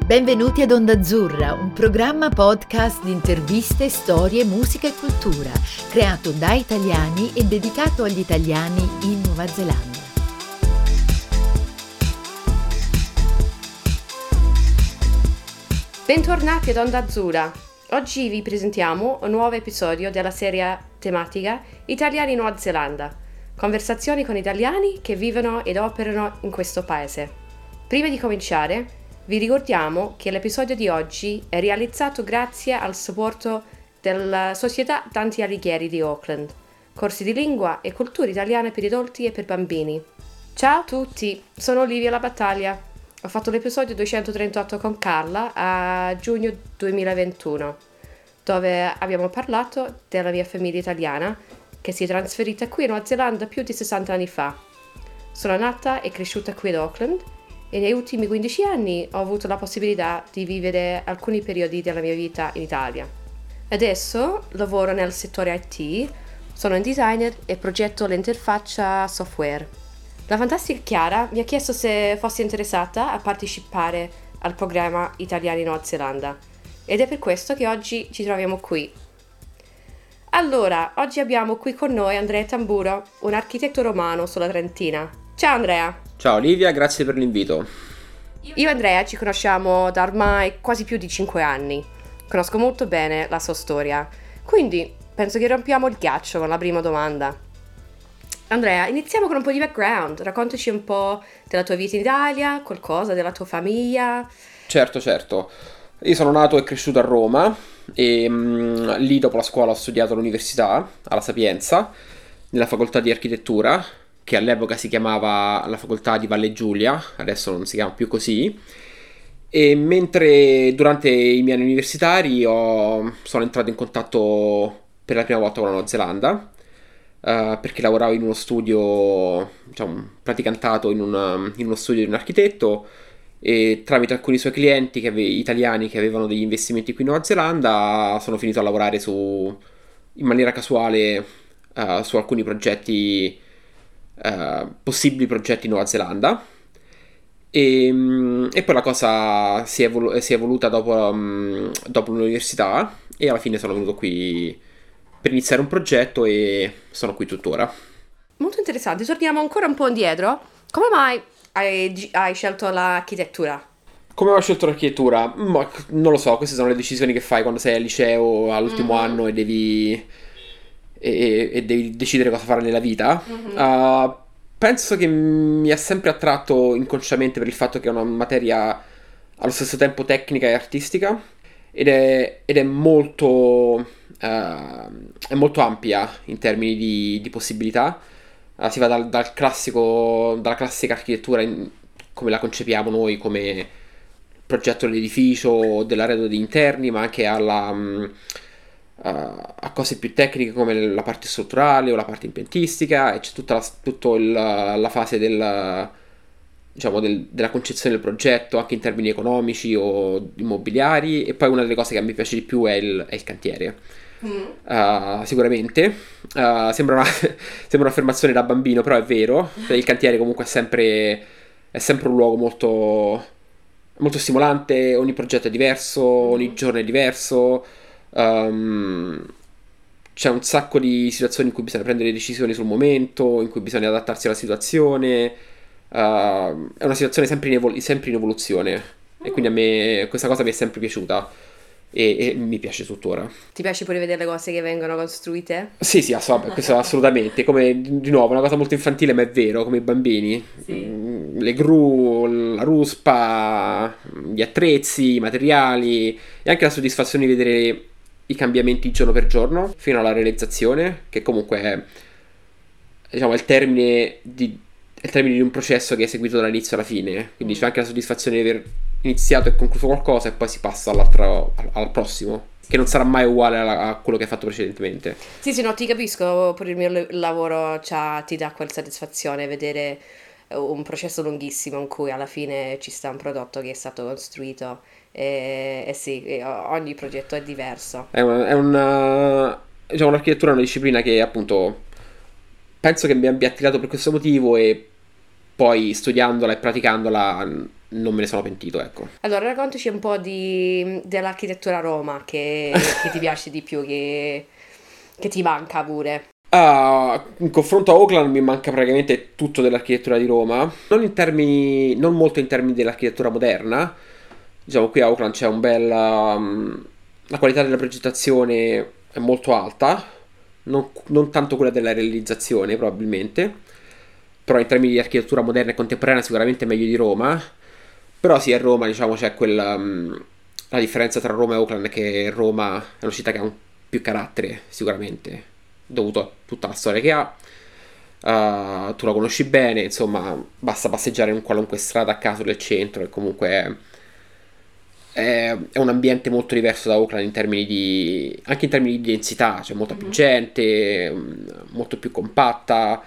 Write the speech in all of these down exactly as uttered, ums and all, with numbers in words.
Benvenuti ad Onda Azzurra, un programma podcast di interviste, storie, musica e cultura, creato da italiani e dedicato agli italiani in Nuova Zelanda. Bentornati ad Onda Azzurra. Oggi vi presentiamo un nuovo episodio della serie tematica Italiani in Nuova Zelanda. Conversazioni con italiani che vivono ed operano in questo paese. Prima di cominciare, vi ricordiamo che l'episodio di oggi è realizzato grazie al supporto della Società Dante Alighieri di Auckland, corsi di lingua e cultura italiana per adulti e per bambini. Ciao a tutti, sono Olivia La Battaglia. Ho fatto l'episodio duecentotrentotto con Carla a giugno duemilaventuno, dove abbiamo parlato della mia famiglia italiana che si è trasferita qui in Nuova Zelanda più di sessanta anni fa. Sono nata e cresciuta qui ad Auckland e negli ultimi quindici anni ho avuto la possibilità di vivere alcuni periodi della mia vita in Italia. Adesso lavoro nel settore I T, sono un designer e progetto l'interfaccia software. La fantastica Chiara mi ha chiesto se fossi interessata a partecipare al programma Italiani in Nuova Zelanda ed è per questo che oggi ci troviamo qui. Allora, oggi abbiamo qui con noi Andrea Tamburo, un architetto romano sulla Trentina. Ciao Andrea! Ciao Olivia, grazie per l'invito. Io e Andrea ci conosciamo da ormai quasi più di cinque anni. Conosco molto bene la sua storia, quindi penso che rompiamo il ghiaccio con la prima domanda. Andrea, iniziamo con un po' di background. Raccontaci un po' della tua vita in Italia, qualcosa della tua famiglia. Certo, certo. Io sono nato e cresciuto a Roma e mh, lì dopo la scuola ho studiato all'università, alla Sapienza, nella facoltà di architettura, che all'epoca si chiamava la facoltà di Valle Giulia, adesso non si chiama più così, e mentre durante i miei anni universitari ho, sono entrato in contatto per la prima volta con la Nuova Zelanda, uh, perché lavoravo in uno studio, diciamo, praticantato in, una, in uno studio di un architetto, e tramite alcuni suoi clienti che ave- italiani che avevano degli investimenti qui in Nuova Zelanda sono finito a lavorare su, in maniera casuale uh, su alcuni progetti. Uh, possibili progetti in Nuova Zelanda e, um, e poi la cosa si è, evolu- si è evoluta dopo, um, dopo l'università e alla fine sono venuto qui per iniziare un progetto e sono qui tuttora. Molto interessante, torniamo ancora un po' indietro. Come mai hai, hai scelto l'architettura? Come ho scelto l'architettura? Ma, non lo so, queste sono le decisioni che fai quando sei al liceo all'ultimo mm-hmm. anno e devi E, e devi decidere cosa fare nella vita. Mm-hmm. Uh, penso che mi ha sempre attratto inconsciamente per il fatto che è una materia allo stesso tempo tecnica e artistica ed è, ed è molto uh, è molto ampia in termini di, di possibilità. Uh, si va dal, dal classico dalla classica architettura in, come la concepiamo noi, come progetto dell'edificio, dell'arredo degli interni, ma anche alla um, Uh, a cose più tecniche come la parte strutturale o la parte impiantistica, e c'è tutta la, tutto il, la fase del, diciamo del, della concezione del progetto anche in termini economici o immobiliari, e poi una delle cose che a me piace di più è il, è il cantiere. Mm. Uh, sicuramente uh, sembra, una, sembra un'affermazione da bambino, però è vero. Il cantiere comunque è sempre, è sempre un luogo molto, molto stimolante. Ogni progetto è diverso, mm. ogni giorno è diverso. Um, c'è un sacco di situazioni in cui bisogna prendere decisioni sul momento, in cui bisogna adattarsi alla situazione. Uh, è una situazione sempre in, evol- sempre in evoluzione, mm. e quindi a me questa cosa mi è sempre piaciuta e, e mi piace tuttora. Ti piace pure vedere le cose che vengono costruite? Sì, sì, ass- questo assolutamente. Come di nuovo, una cosa molto infantile, ma è vero, come i bambini. Sì. Le gru, la ruspa, gli attrezzi, i materiali, e anche la soddisfazione di vedere i cambiamenti giorno per giorno fino alla realizzazione, che comunque è, diciamo, è il termine di, è il termine di un processo che è seguito dall'inizio alla fine. Quindi mm. c'è anche la soddisfazione di aver iniziato e concluso qualcosa e poi si passa all'altro, al prossimo, che non sarà mai uguale a, a quello che hai fatto precedentemente. Sì, sì, no, ti capisco. Pure il mio lavoro ti dà quella soddisfazione vedere un processo lunghissimo in cui alla fine ci sta un prodotto che è stato costruito. E, e sì, e ogni progetto è diverso. È una, è una diciamo, l'architettura è una disciplina che appunto penso che mi abbia attirato per questo motivo, e poi studiandola e praticandola non me ne sono pentito, ecco. Allora, raccontaci un po' di, dell'architettura a Roma che, che ti piace di più, che, che ti manca pure. Ah, in confronto a Oakland mi manca praticamente tutto dell'architettura di Roma, non in termini, non molto in termini dell'architettura moderna. Diciamo, qui a Oakland c'è un bel, um, la qualità della progettazione è molto alta, non, non tanto quella della realizzazione probabilmente, però in termini di architettura moderna e contemporanea sicuramente è meglio di Roma. Però sì, a Roma, diciamo, c'è quella, um, la differenza tra Roma e Oakland è che Roma è una città che ha un, più carattere, sicuramente, dovuto a tutta la storia che ha. Uh, tu la conosci bene, insomma, basta passeggiare in qualunque strada a caso del centro e comunque è, è, è un ambiente molto diverso da Oakland in termini di, anche in termini di densità, c'è molta più gente, molto più compatta,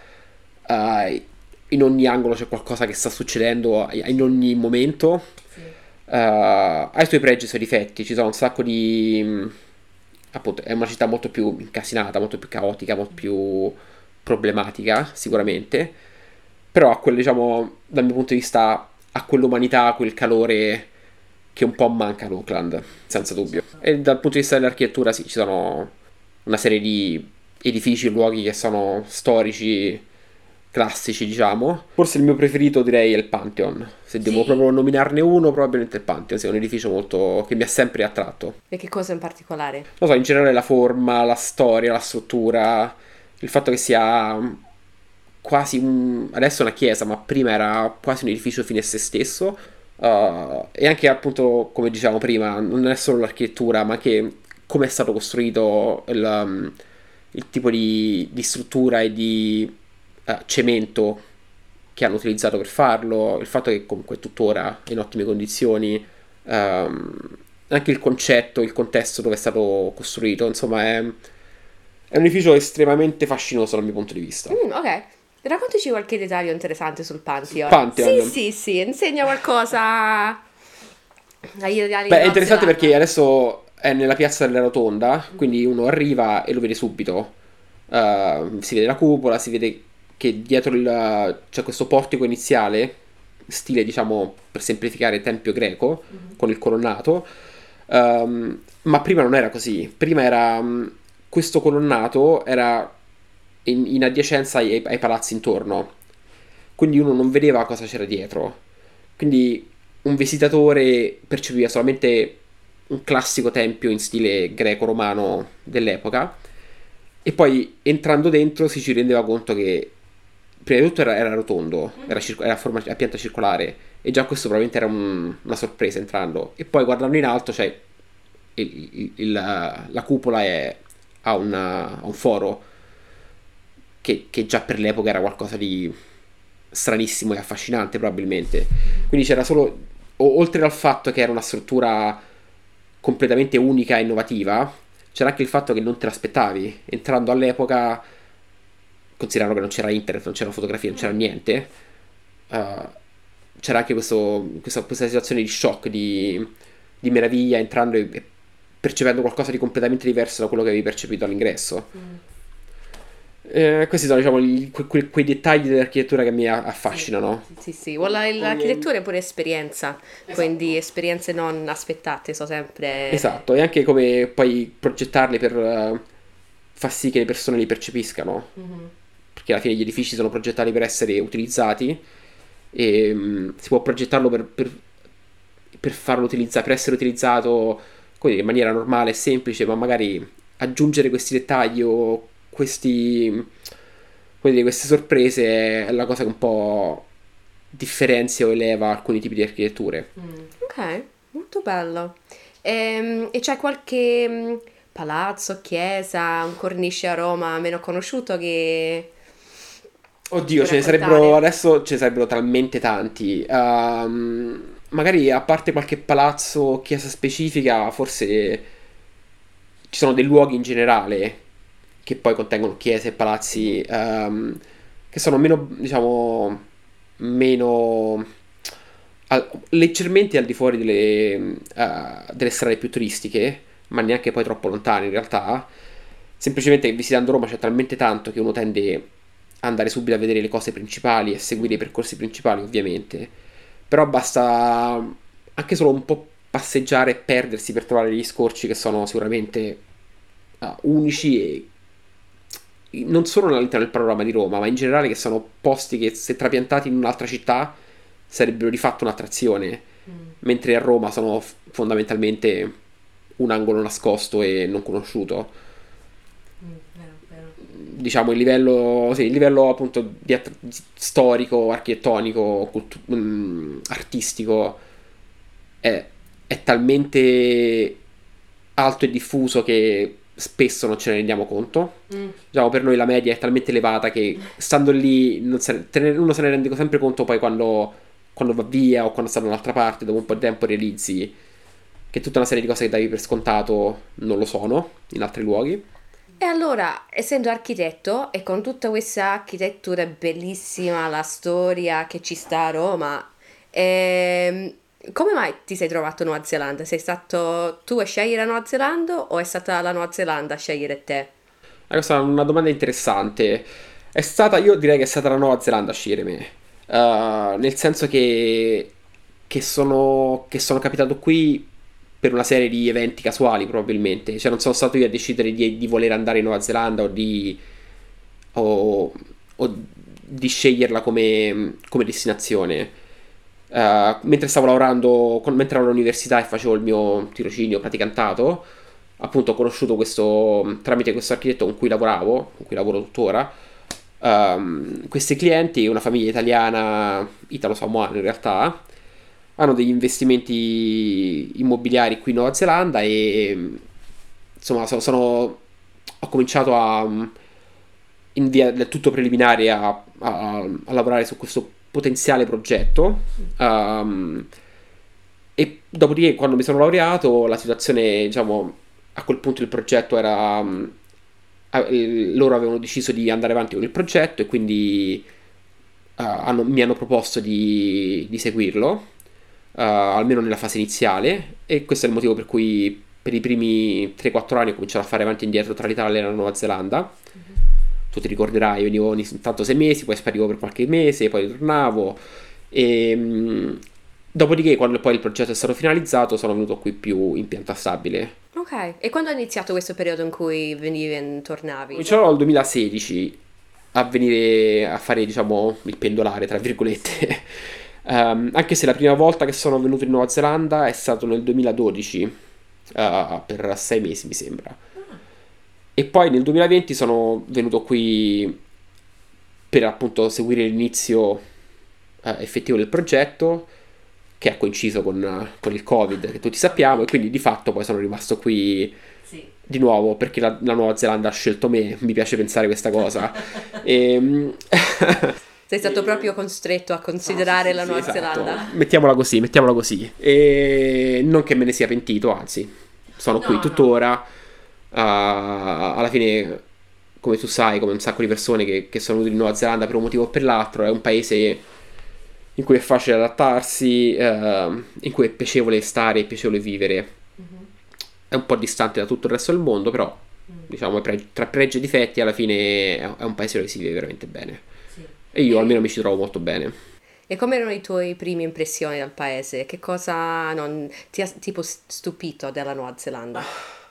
uh, in ogni angolo c'è qualcosa che sta succedendo in ogni momento. Sì. Uh, ha i suoi pregi e i suoi difetti, ci sono un sacco di, appunto, è una città molto più incasinata, molto più caotica, molto più problematica sicuramente, però a quel, diciamo, dal mio punto di vista, a quell'umanità, quel calore che un po' manca ad Oakland, senza dubbio. E dal punto di vista dell'architettura sì, ci sono una serie di edifici, luoghi che sono storici, classici, diciamo. Forse il mio preferito direi è il Pantheon. Se sì. devo proprio nominarne uno, probabilmente il Pantheon, sia un edificio molto che mi ha sempre attratto. E che cosa in particolare? Non so, in generale la forma, la storia, la struttura, il fatto che sia quasi un, adesso è una chiesa, ma prima era quasi un edificio fine a se stesso. Uh, e anche appunto, come dicevamo prima, non è solo l'architettura, ma anche come è stato costruito il, um, il tipo di, di struttura e di uh, cemento che hanno utilizzato per farlo, il fatto che comunque è tuttora in ottime condizioni, um, anche il concetto, il contesto dove è stato costruito, insomma è, è un edificio estremamente fascinoso dal mio punto di vista. Mm, ok. Raccontaci qualche dettaglio interessante sul Pantheon. Pantheon. Sì, sì, sì, insegna qualcosa agli italiani. Beh, è interessante perché adesso è nella piazza della Rotonda, quindi uno arriva e lo vede subito. Uh, si vede la cupola, si vede che dietro il, c'è questo portico iniziale, stile, diciamo, per semplificare, tempio greco, mm-hmm. con il colonnato. Um, ma prima non era così. Prima era um, questo colonnato era In, in adiacenza ai, ai palazzi intorno, quindi uno non vedeva cosa c'era dietro, quindi un visitatore percepiva solamente un classico tempio in stile greco-romano dell'epoca, e poi entrando dentro si ci rendeva conto che prima di tutto era, era rotondo, era, circo, era a, forma, a pianta circolare, e già questo probabilmente era un, una sorpresa entrando, e poi guardando in alto c'è il, il, il, la, la cupola è, ha, una, ha un foro Che, che già per l'epoca era qualcosa di stranissimo e affascinante probabilmente. Quindi c'era solo, o, oltre al fatto che era una struttura completamente unica e innovativa, c'era anche il fatto che non te l'aspettavi. Entrando all'epoca, considerando che non c'era internet, non c'era fotografia, non c'era niente, uh, c'era anche questo, questa, questa situazione di shock, di, di meraviglia, entrando e, e percependo qualcosa di completamente diverso da quello che avevi percepito all'ingresso. Mm. Eh, questi sono, diciamo, gli, que, quei dettagli dell'architettura che mi affascinano. Sì, sì, sì. L'architettura è pure esperienza, esatto. Quindi esperienze non aspettate sono sempre... Esatto, e anche come poi progettarle per uh, far sì che le persone li percepiscano, mm-hmm. perché alla fine gli edifici sono progettati per essere utilizzati, e um, si può progettarlo per, per, per farlo utilizzare, per essere utilizzato, come dire, in maniera normale e semplice, ma magari aggiungere questi dettagli o questi, come dire, queste sorprese è la cosa che un po' differenzia o eleva alcuni tipi di architetture. Mm. Ok, molto bello. E, e c'è qualche palazzo, chiesa, un cornice a Roma meno conosciuto che... Oddio, ce ne sarebbero, adesso ce ne sarebbero talmente tanti. Um, magari a parte qualche palazzo o chiesa specifica, forse ci sono dei luoghi in generale che poi contengono chiese e palazzi um, che sono meno, diciamo, meno al, leggermente al di fuori delle, uh, delle strade più turistiche, ma neanche poi troppo lontane in realtà. Semplicemente visitando Roma c'è talmente tanto che uno tende a andare subito a vedere le cose principali e seguire i percorsi principali, ovviamente. però basta anche solo un po' passeggiare e perdersi per trovare degli scorci che sono sicuramente uh, unici e non solo all'interno del panorama di Roma, ma in generale, che sono posti che se trapiantati in un'altra città sarebbero di fatto un'attrazione, mm. mentre a Roma sono f- fondamentalmente un angolo nascosto e non conosciuto. Mm, vero, vero. Diciamo il livello, sì, il livello appunto di att- storico, architettonico, cultu- mh, artistico è, è talmente alto e diffuso che spesso non ce ne rendiamo conto. Mm. Diciamo, per noi la media è talmente elevata che stando lì non se ne, uno se ne rende sempre conto poi quando, quando va via o quando sta da un'altra parte, dopo un po' di tempo realizzi che tutta una serie di cose che davi per scontato non lo sono in altri luoghi. E allora, essendo architetto e con tutta questa architettura bellissima, la storia che ci sta a Roma, ehm, come mai ti sei trovato in Nuova Zelanda? Sei stato tu a scegliere la Nuova Zelanda o è stata la Nuova Zelanda a scegliere te? Ah, questa è una domanda interessante. È stata, io direi che è stata la Nuova Zelanda a scegliere me. Uh, nel senso che, che, sono, che sono capitato qui per una serie di eventi casuali, probabilmente. Cioè non sono stato io a decidere di, di voler andare in Nuova Zelanda o di, o, o di sceglierla come, come destinazione. Uh, mentre stavo lavorando, con, mentre ero all'università e facevo il mio tirocinio praticantato, appunto ho conosciuto questo, tramite questo architetto con cui lavoravo, con cui lavoro tuttora, um, questi clienti, una famiglia italiana, italo-samoana in realtà, hanno degli investimenti immobiliari qui in Nuova Zelanda e insomma sono, sono ho cominciato a in via del tutto preliminare a, a, a lavorare su questo potenziale progetto, um, e dopodiché quando mi sono laureato la situazione, diciamo, a quel punto il progetto era um, loro avevano deciso di andare avanti con il progetto e quindi uh, hanno, mi hanno proposto di, di seguirlo, uh, almeno nella fase iniziale, e questo è il motivo per cui per i primi tre quattro anni ho cominciato a fare avanti e indietro tra l'Italia e la Nuova Zelanda. Mm-hmm. Tu ti ricorderai, venivo ogni tanto sei mesi, poi sparivo per qualche mese, poi ritornavo e mh, dopodiché quando poi il progetto è stato finalizzato sono venuto qui più in pianta stabile. Ok, e quando è iniziato questo periodo in cui venivi e tornavi? Cominciavo nel duemilasedici a venire a fare, diciamo, il pendolare, tra virgolette. um, anche se la prima volta che sono venuto in Nuova Zelanda è stato nel duemiladodici, uh, per sei mesi mi sembra. E poi nel duemilaventi sono venuto qui per appunto seguire l'inizio eh, effettivo del progetto, che ha coinciso con, con il Covid, che tutti sappiamo, e quindi di fatto poi sono rimasto qui sì. di nuovo perché la, la Nuova Zelanda ha scelto me, mi piace pensare questa cosa. e, Sei stato proprio costretto a considerare ah, sì, la Nuova sì, esatto. Zelanda? Mettiamola così, mettiamola così. E non che me ne sia pentito, anzi, sono no, qui tuttora. No. Uh, alla fine, come tu sai, come un sacco di persone che, che sono venute in Nuova Zelanda per un motivo o per l'altro, è un paese in cui è facile adattarsi, uh, in cui è piacevole stare e piacevole vivere. Mm-hmm. È un po' distante da tutto il resto del mondo, però mm. diciamo pre- tra pregi e difetti alla fine è, è un paese dove si vive veramente bene. Sì. E io almeno mi ci trovo molto bene. E come erano i tuoi primi impressioni dal paese? Che cosa non, ti ha tipo stupito della Nuova Zelanda?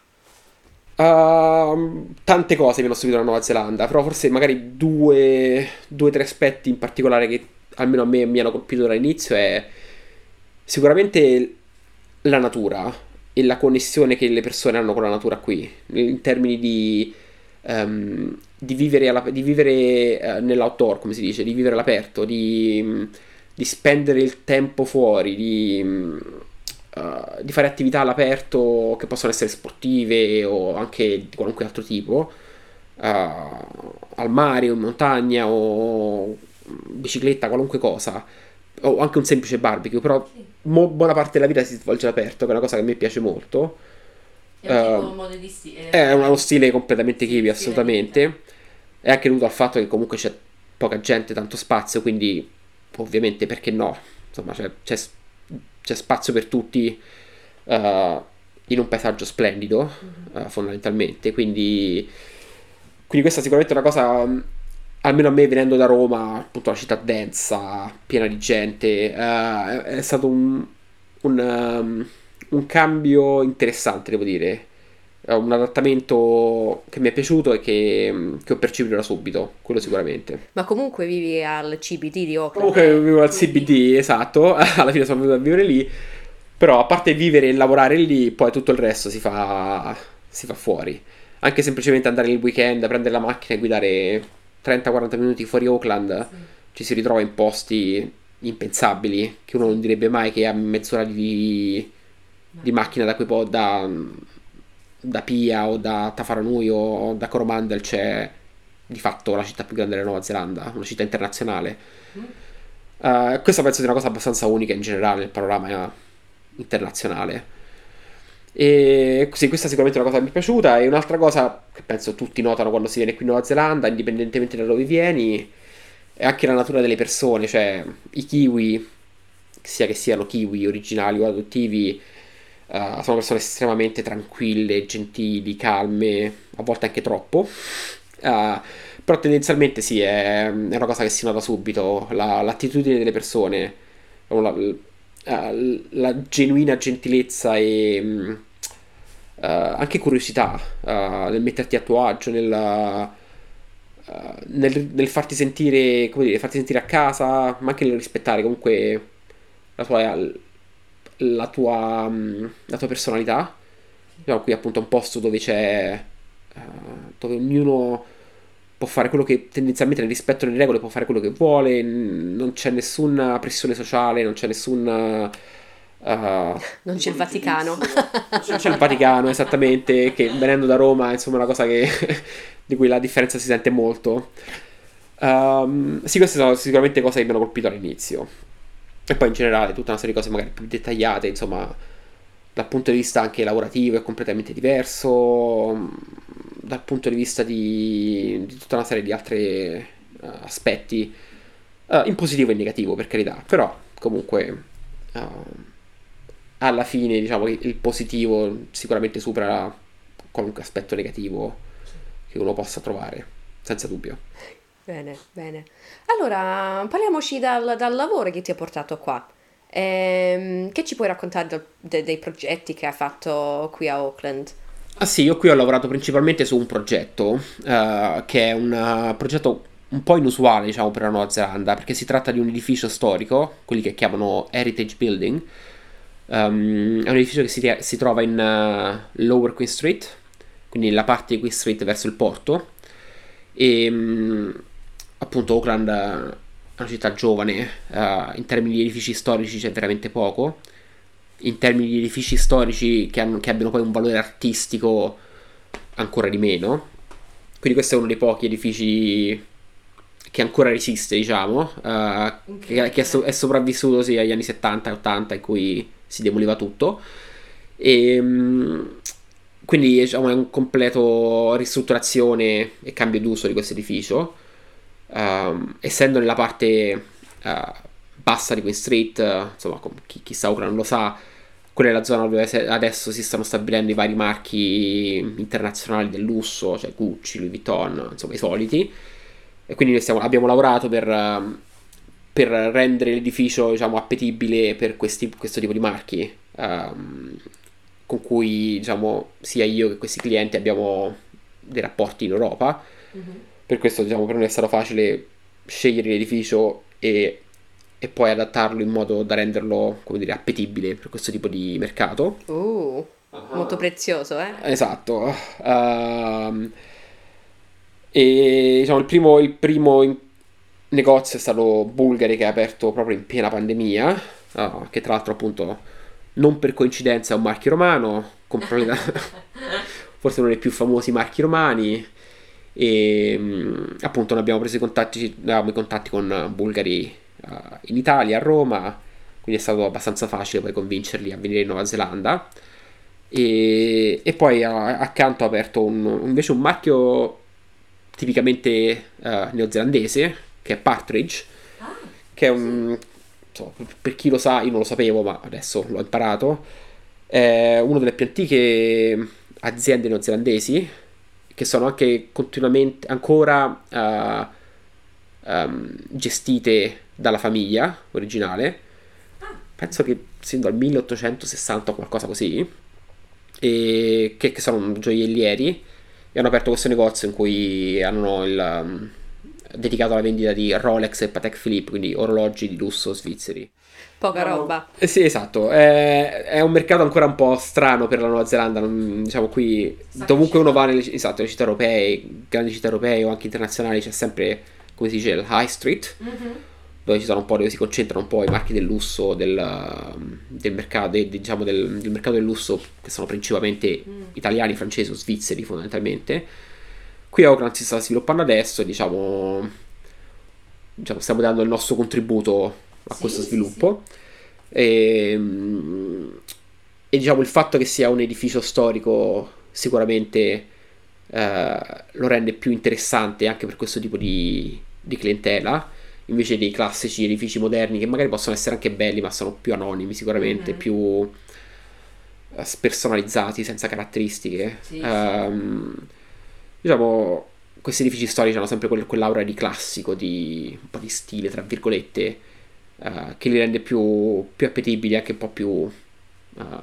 Uh, tante cose mi hanno stupito della Nuova Zelanda, però forse magari due due tre aspetti in particolare che almeno a me mi hanno colpito dall'inizio è sicuramente la natura e la connessione che le persone hanno con la natura qui, in termini di um, di vivere, alla, di vivere uh, nell'outdoor, come si dice, di vivere all'aperto, di, di spendere il tempo fuori, di Uh, di fare attività all'aperto che possono essere sportive o anche di qualunque altro tipo, uh, al mare o in montagna o bicicletta, qualunque cosa, o anche un semplice barbecue, però mo- buona parte della vita si svolge all'aperto, che è una cosa che a me piace molto. È un uh, tipo modo di stile. È uno stile completamente kiwi, assolutamente. È anche dovuto al fatto che comunque c'è poca gente, tanto spazio, quindi ovviamente perché no? Insomma, c'è, c'è c'è spazio per tutti uh, in un paesaggio splendido, mm-hmm. uh, fondamentalmente, quindi, quindi questa è sicuramente una cosa almeno a me, venendo da Roma, appunto una città densa, piena di gente, uh, è stato un, un, um, un cambio interessante, devo dire. Un adattamento che mi è piaciuto e che, che ho percepito da subito, quello sicuramente. Ma comunque vivi al C B D di Auckland. Comunque vivo al C B D, esatto, alla fine sono venuto a vivere lì, però a parte vivere e lavorare lì, poi tutto il resto si fa, si fa fuori. Anche semplicemente andare il weekend, prendere la macchina e guidare trenta quaranta minuti fuori Auckland, sì. Ci si ritrova in posti impensabili, che uno non direbbe mai che a mezz'ora di, di macchina da, quei po- da, da Pia o da Tafaranui o da Coromandel c'è di fatto la città più grande della Nuova Zelanda, una città internazionale. Mm. Uh, questa penso sia una cosa abbastanza unica in generale nel panorama internazionale. E sì, questa è sicuramente una cosa che mi è piaciuta. E un'altra cosa che penso tutti notano quando si viene qui in Nuova Zelanda, indipendentemente da dove vieni, è anche la natura delle persone. Cioè i kiwi, sia che siano kiwi originali o adottivi, uh, sono persone estremamente tranquille, gentili, calme, a volte anche troppo. Uh, però tendenzialmente sì, è, è una cosa che si nota subito, la, l'attitudine delle persone, la, la, la genuina gentilezza e uh, anche curiosità uh, nel metterti a tuo agio, nel, uh, nel, nel farti sentire, come dire, farti sentire a casa, ma anche nel rispettare comunque la tua, la tua, um, la tua personalità. Siamo qui appunto a un posto dove c'è uh, dove ognuno può fare quello che tendenzialmente nel rispetto delle regole può fare quello che vuole, non c'è nessuna pressione sociale, non c'è nessun uh, non c'è il Vaticano, non c'è il Vaticano esattamente, che venendo da Roma insomma è una cosa che di cui la differenza si sente molto. Um, sì, queste sono sicuramente cose che mi hanno colpito all'inizio, e poi in generale tutta una serie di cose magari più dettagliate, insomma dal punto di vista anche lavorativo è completamente diverso, dal punto di vista di, di tutta una serie di altri uh, aspetti, uh, in positivo e in negativo per carità, però comunque uh, alla fine diciamo che il positivo sicuramente supera qualunque aspetto negativo che uno possa trovare, senza dubbio. Bene, bene. Allora parliamoci dal, dal lavoro che ti ha portato qua. Ehm, che ci puoi raccontare de, de, dei progetti che hai fatto qui a Auckland? Ah sì, io qui ho lavorato principalmente su un progetto uh, che è un uh, progetto un po' inusuale, diciamo, per la Nuova Zelanda, perché si tratta di un edificio storico, quelli che chiamano Heritage Building. Um, è un edificio che si, si trova in uh, Lower Queen Street, quindi la parte di Queen Street verso il porto, e um, appunto Auckland uh, è una città giovane, uh, in termini di edifici storici c'è veramente poco, in termini di edifici storici che, hanno, che abbiano poi un valore artistico ancora di meno, quindi questo è uno dei pochi edifici che ancora resiste, diciamo, uh, okay. che, che è, so- è sopravvissuto sì, agli anni settanta e ottanta in cui si demoliva tutto, e um, quindi diciamo è un completo ristrutturazione e cambio d'uso di questo edificio. Um, essendo nella parte uh, bassa di Queen Street, uh, insomma chi, chi sta Auckland non lo sa, quella è la zona dove se, adesso si stanno stabilendo i vari marchi internazionali del lusso, cioè Gucci, Louis Vuitton, insomma i soliti, e quindi noi stiamo, abbiamo lavorato per, uh, per rendere l'edificio diciamo appetibile per questi, questo tipo di marchi, um, con cui diciamo sia io che questi clienti abbiamo dei rapporti in Europa. Mm-hmm. Per questo diciamo per noi è stato facile scegliere l'edificio e, e poi adattarlo in modo da renderlo, come dire, appetibile per questo tipo di mercato. Uh, uh-huh. Molto prezioso, eh? Esatto. Uh, e diciamo il primo, il primo in- negozio è stato Bulgari, che è aperto proprio in piena pandemia, uh, che tra l'altro appunto non per coincidenza è un marchio romano, forse uno dei più famosi marchi romani. E appunto noi abbiamo preso i contatti, avevamo i contatti con Bulgari uh, in Italia, a Roma, quindi è stato abbastanza facile poi convincerli a venire in Nuova Zelanda, e, e poi uh, accanto ha aperto un, invece un marchio tipicamente uh, neozelandese, che è Partridge, ah, che è un, insomma, per chi lo sa, io non lo sapevo ma adesso l'ho imparato, è una delle più antiche aziende neozelandesi, che sono anche continuamente ancora uh, um, gestite dalla famiglia originale, penso che siano dal milleottocentosessanta o qualcosa così, e che, che sono gioiellieri, e hanno aperto questo negozio in cui hanno il um, dedicato alla vendita di Rolex e Patek Philippe, quindi orologi di lusso svizzeri. Poca No. roba. Eh sì, esatto, è, è un mercato ancora un po' strano per la Nuova Zelanda, non- diciamo qui Sa che dovunque c'è. uno va nelle, esatto, nelle città europee, grandi città europee o anche internazionali, c'è sempre, come si dice, il high street, dove ci sono un po', dove si concentrano un po' i marchi del lusso, del, um, del mercato, de- diciamo del, del mercato del lusso, che sono principalmente italiani, francesi o svizzeri fondamentalmente. Qui a Auckland si sta sviluppando adesso e diciamo, diciamo stiamo dando il nostro contributo a Sì, questo sì, sviluppo. E, mm, e diciamo il fatto che sia un edificio storico sicuramente eh, lo rende più interessante anche per questo tipo di, di clientela, invece dei classici edifici moderni che magari possono essere anche belli ma sono più anonimi sicuramente, Mhm. più eh, spersonalizzati, senza caratteristiche. Sì, sì. Ehm, diciamo, questi edifici storici hanno sempre quel- quell'aura di classico, di un po' di stile, tra virgolette, eh, che li rende più, più appetibili, anche un po' più ehm,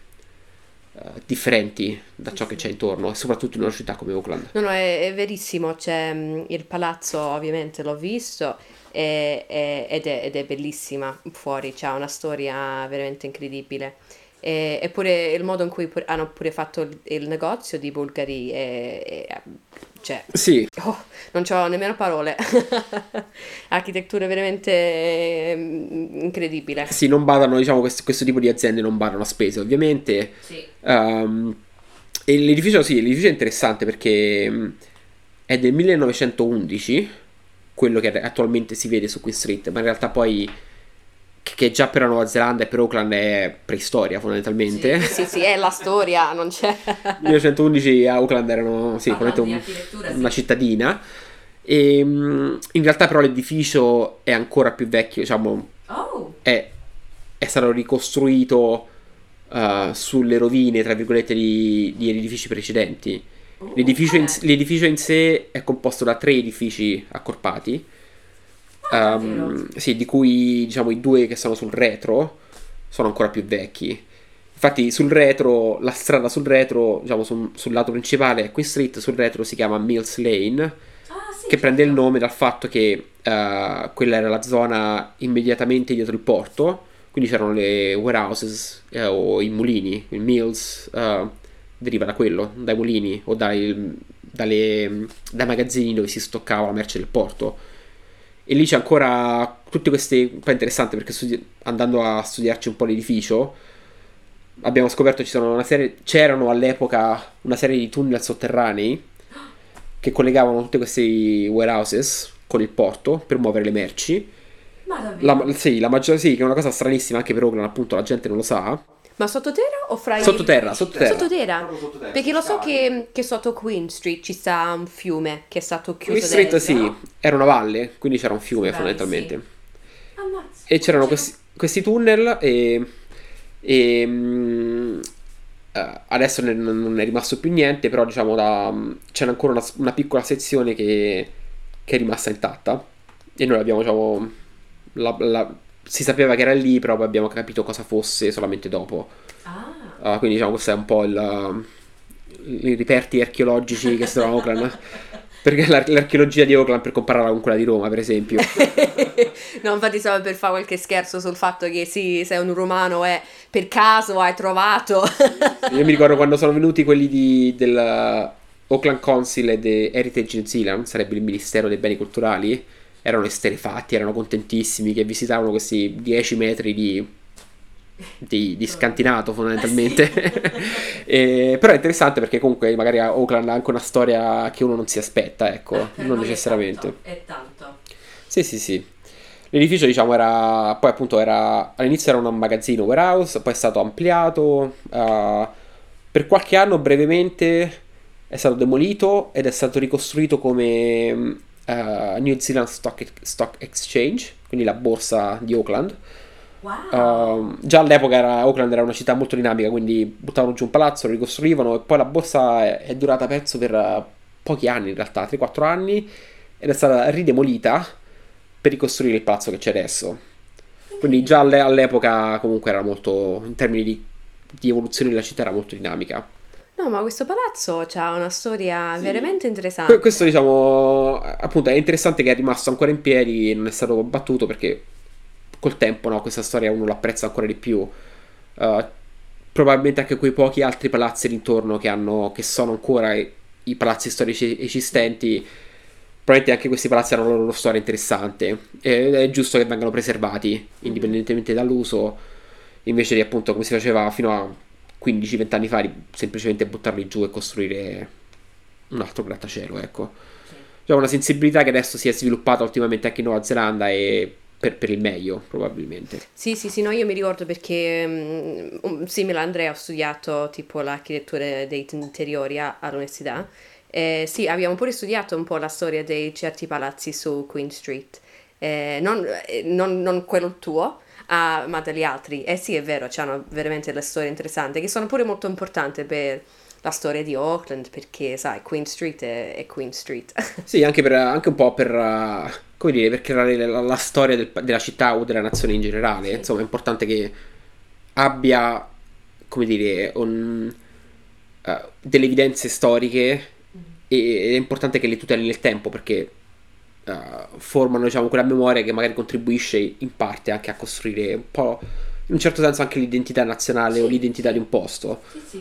eh, differenti da ciò che c'è intorno, e soprattutto in una città come Auckland. No, no, è, è verissimo, c'è mm, il palazzo, ovviamente l'ho visto, e- e- ed è, ed è bellissima fuori, c'ha una storia veramente incredibile. E, eppure il modo in cui pur- hanno pure fatto il, il negozio di Bulgari, è, è- cioè, Sì, oh, non c'ho nemmeno parole. Architettura veramente mm, incredibile. sì, non badano, diciamo, questo, questo tipo di aziende non badano a spese, ovviamente. Sì. Ehm, e l'edificio, sì, l'edificio è interessante perché mh, è del millenovecentoundici, quello che attualmente si vede su Queen Street, ma in realtà poi, che che già per la Nuova Zelanda e per Auckland è preistoria fondamentalmente. Sì, sì, è la storia, non c'è. millenovecentoundici a Auckland erano, sì, Parlando probabilmente di un- architettura, sì. una cittadina. E mh, in realtà però l'edificio è ancora più vecchio, diciamo, Oh, è, è stato ricostruito eh, sulle rovine, tra virgolette, di, di edifici precedenti. L'edificio in, l'edificio in sé è composto da tre edifici accorpati, ehm, sì, di cui diciamo i due che sono sul retro sono ancora più vecchi. Infatti sul retro, la strada sul retro, diciamo sul, sul lato principale è Queen Street, sul retro si chiama Mills Lane, ah, sì, che prende il certo. nome dal fatto che eh, quella era la zona immediatamente dietro il porto, quindi c'erano le warehouses eh, o i mulini, il mills eh, deriva da quello, dai mulini o dai, dalle- dai magazzini dove si stoccava la merce del porto. E lì c'è ancora tutte queste, un po' interessante perché studi- andando a studiarci un po' l'edificio abbiamo scoperto ci sono una serie, c'erano all'epoca una serie di tunnel sotterranei che collegavano tutti questi warehouses con il porto per muovere le merci. Ma davvero? La, sì, la maggior, sì, che è una cosa stranissima anche per Auckland, appunto, la gente non lo sa. Ma sottoterra o fra i... Sottoterra, sottoterra. Sottoterra? Proprio sottoterra, Perché lo so scale. che, che sotto Queen Street ci sta un fiume che è stato chiuso Queen Street, dentro, sì, no? era una valle, quindi c'era un fiume Vabbè, fondamentalmente. Ammazza. E c'erano questi, questi tunnel e, e mm, eh, adesso ne- non è rimasto più niente, però diciamo da, c'è ancora una, una piccola sezione che, che è rimasta intatta e noi l'abbiamo, diciamo, la- la- si sapeva che era lì, però poi abbiamo capito cosa fosse solamente dopo. Ah. Ah, quindi diciamo questo è un po' il, i reperti archeologici che si trovano a Auckland. Perché l'ar- l'archeologia di Auckland per compararla con quella di Roma, per esempio. No, infatti stavo per fare qualche scherzo sul fatto che sì, sei un romano e per caso hai trovato. Io mi ricordo quando sono venuti quelli di, del Auckland Council e di Heritage New Zealand, sarebbe il Ministero dei Beni Culturali, erano esterefatti, erano contentissimi che visitavano questi dieci metri di, di, di scantinato fondamentalmente. E, però è interessante perché comunque magari Auckland ha anche una storia che uno non si aspetta, ecco, non necessariamente. È tanto. Sì, sì, sì. L'edificio, diciamo, era. Poi, appunto, era. All'inizio era un magazzino warehouse, poi è stato ampliato. eh, per qualche anno, brevemente, è stato demolito ed è stato ricostruito come mh, eh, New Zealand Stock, Stock Exchange, quindi la borsa di Auckland. Wow. Uh, già all'epoca era, Auckland era una città molto dinamica, quindi buttavano giù un palazzo, lo ricostruivano e poi la borsa è, è durata penso per uh, pochi anni in realtà, tre quattro anni, ed è stata ridemolita per ricostruire il palazzo che c'è adesso. Quindi già alle- all'epoca comunque era molto, in termini di, di evoluzione della città, era molto dinamica. No, ma questo palazzo ha una storia veramente Que- interessante. Questo diciamo appunto è interessante che è rimasto ancora in piedi, non è stato abbattuto perché col tempo, no, questa storia uno l'apprezza ancora di più. Uh, Probabilmente anche quei pochi altri palazzi d'intorno che hanno, che sono ancora i, i palazzi storici esistenti, probabilmente anche questi palazzi hanno la loro storia interessante. Ed è giusto che vengano preservati, indipendentemente dall'uso, invece di appunto come si faceva fino a quindici venti anni fa, di semplicemente buttarli giù e costruire un altro grattacielo, ecco. C'è una sensibilità che adesso si è sviluppata ultimamente anche in Nuova Zelanda e per, per il meglio, probabilmente. Sì, sì, sì, no, io mi ricordo perché mm, um, simile a Andrea ho studiato tipo l'architettura dei interiori a- all'università. Eh, sì, abbiamo pure studiato un po' la storia dei certi palazzi su Queen Street. Eh, non, eh, non- non quello tuo, ah, ma degli altri. Eh sì, è vero, c'hanno veramente le storie interessanti, che sono pure molto importanti per la storia di Auckland, perché sai, Queen Street è, è Queen Street. Sì, anche, per, anche un po' per, uh, come dire, per creare la, la storia del- della città o della nazione in generale. Insomma, è importante che abbia, come dire, un, uh, delle evidenze storiche e- ed è importante che le tuteli nel tempo perché uh, formano, diciamo, quella memoria che magari contribuisce in parte anche a costruire un po', in un certo senso, anche l'identità nazionale o l'identità di un posto.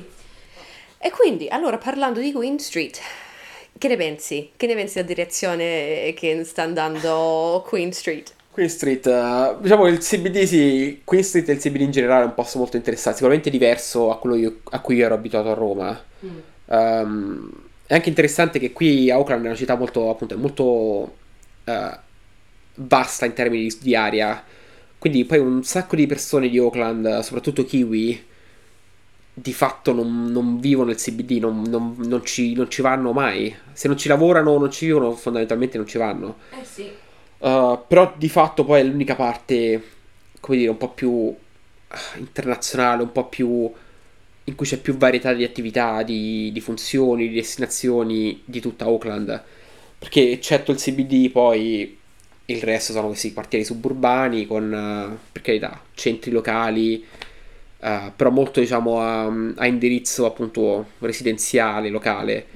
E quindi, allora, parlando di Queen Street, che ne pensi? Che ne pensi della direzione che sta andando Queen Street? Queen Street, eh, diciamo che il C B D, sì, Queen Street e il C B D in generale è un posto molto interessante, sicuramente diverso a quello io- a cui io ero abituato a Roma. Ehm, è anche interessante che qui Auckland è una città molto, appunto, è molto eh, vasta in termini di, di area, quindi poi un sacco di persone di Auckland, soprattutto kiwi, di fatto non, non vivono il C B D, non, non- non ci, non ci vanno mai. Se non ci lavorano o non ci vivono, fondamentalmente non ci vanno. Eh sì. Uh, però di fatto poi è l'unica parte, come dire, un po' più ah, internazionale, un po' più in cui c'è più varietà di attività, di, di funzioni, di destinazioni di tutta Auckland. Perché eccetto il C B D, poi il resto sono questi quartieri suburbani con, eh, per carità, centri locali, eh, però molto, diciamo, a, a indirizzo appunto residenziale, locale.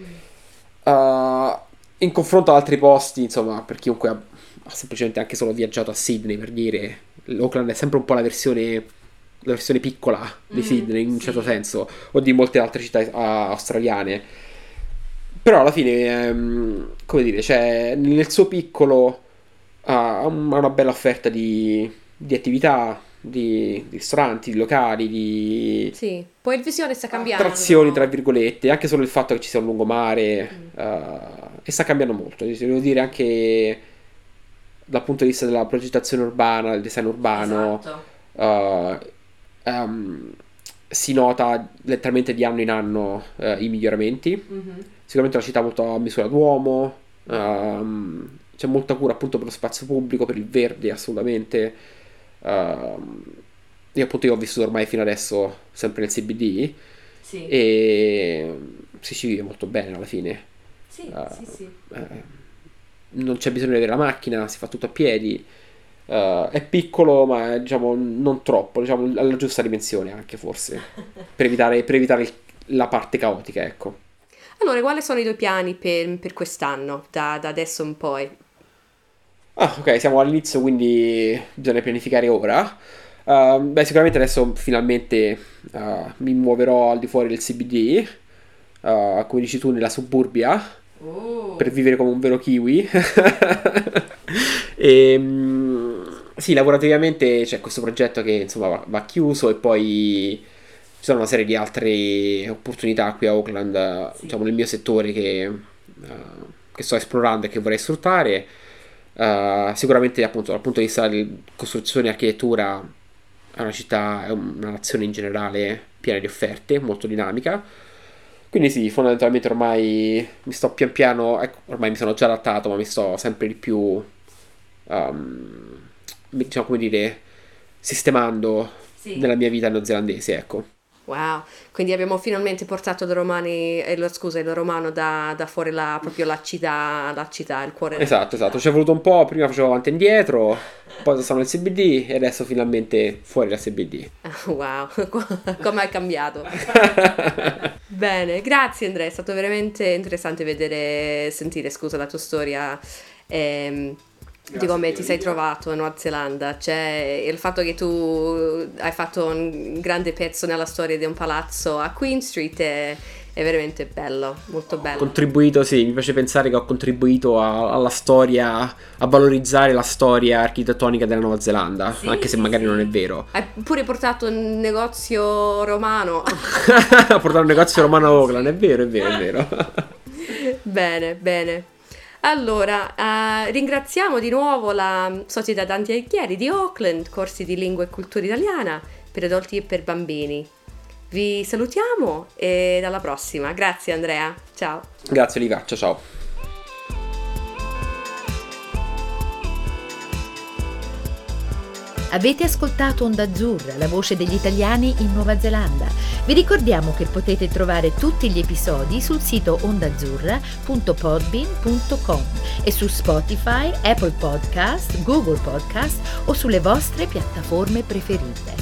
Uh, in confronto ad altri posti, insomma, per chiunque ha, ha semplicemente anche solo viaggiato a Sydney, per dire, l'Auckland è sempre un po' la versione, la versione piccola di Sydney, in un certo senso, o di molte altre città ah, australiane. Però alla fine, ehm, come dire, cioè, nel suo piccolo ha un- ha una bella offerta di, di attività, di, di ristoranti, di locali, di Sì, poi il visione sta cambiando. attrazioni, tra virgolette, anche solo il fatto che ci sia un lungomare, eh, e sta cambiando molto, devo dire, anche dal punto di vista della progettazione urbana, del design urbano, Esatto. eh, ehm, si nota letteralmente di anno in anno eh, i miglioramenti. Sicuramente è una città molto a misura d'uomo, ehm, c'è molta cura appunto per lo spazio pubblico, per il verde, assolutamente. Ehm, io appunto io ho vissuto ormai fino adesso sempre nel C B D Sì, e si ci vive molto bene alla fine. sì, Eh, sì, sì. eh, non c'è bisogno di avere la macchina, si fa tutto a piedi. Eh, è piccolo, ma è, diciamo, non troppo, diciamo, alla giusta dimensione anche forse, per evitare, per evitare il- la parte caotica, ecco. Allora, quali sono i tuoi piani per, per quest'anno, da, da adesso in poi? Ah, ok, siamo all'inizio, quindi bisogna pianificare ora. Uh, beh, sicuramente adesso finalmente uh, mi muoverò al di fuori del C B D, uh, come dici tu, nella suburbia, per vivere come un vero kiwi. E, mm, sì, lavorativamente c'è questo progetto che insomma va, va chiuso e poi ci sono una serie di altre opportunità qui a Auckland, eh, diciamo nel mio settore che, eh, che sto esplorando e che vorrei sfruttare. Eh, sicuramente appunto dal punto di vista di costruzione e architettura è una città, è una nazione in generale piena di offerte, molto dinamica. Quindi sì, fondamentalmente ormai mi sto pian piano, ecco, ormai mi sono già adattato, ma mi sto sempre di più, um, diciamo come dire, sistemando Sì. nella mia vita neozelandese, ecco. Wow, quindi abbiamo finalmente portato il romani, eh, lo- scusa, il romano da, da fuori la, proprio la città, la città, il cuore. Esatto, esatto, ci è voluto un po', prima facevo avanti e indietro, poi sono nel C B D e adesso finalmente fuori dal C B D. Wow, come hai cambiato. Bene, grazie Andrea, è stato veramente interessante vedere, sentire, scusa, la tua storia ehm, di come ti sei trovato in Nuova Zelanda. Cioè, il fatto che tu hai fatto un grande pezzo nella storia di un palazzo a Queen Street è, è veramente bello, molto Ho bello. contribuito, sì, mi piace pensare che ho contribuito a- alla storia, a valorizzare la storia architettonica della Nuova Zelanda, Sì, anche se sì, magari sì. non è vero. Hai pure portato un negozio romano. Ho portato un negozio romano a Auckland, è vero, è vero, è vero. Bene, bene. Allora, eh, ringraziamo di nuovo la Società Dante Alighieri di Auckland, corsi di lingua e cultura italiana per adulti e per bambini. Vi salutiamo e alla prossima. Grazie Andrea, ciao. Grazie Oliva, ciao ciao. Avete ascoltato Onda Azzurra, la voce degli italiani in Nuova Zelanda. Vi ricordiamo che potete trovare tutti gli episodi sul sito ondaazzurra punto podbean punto com e su Spotify, Apple Podcast, Google Podcast o sulle vostre piattaforme preferite.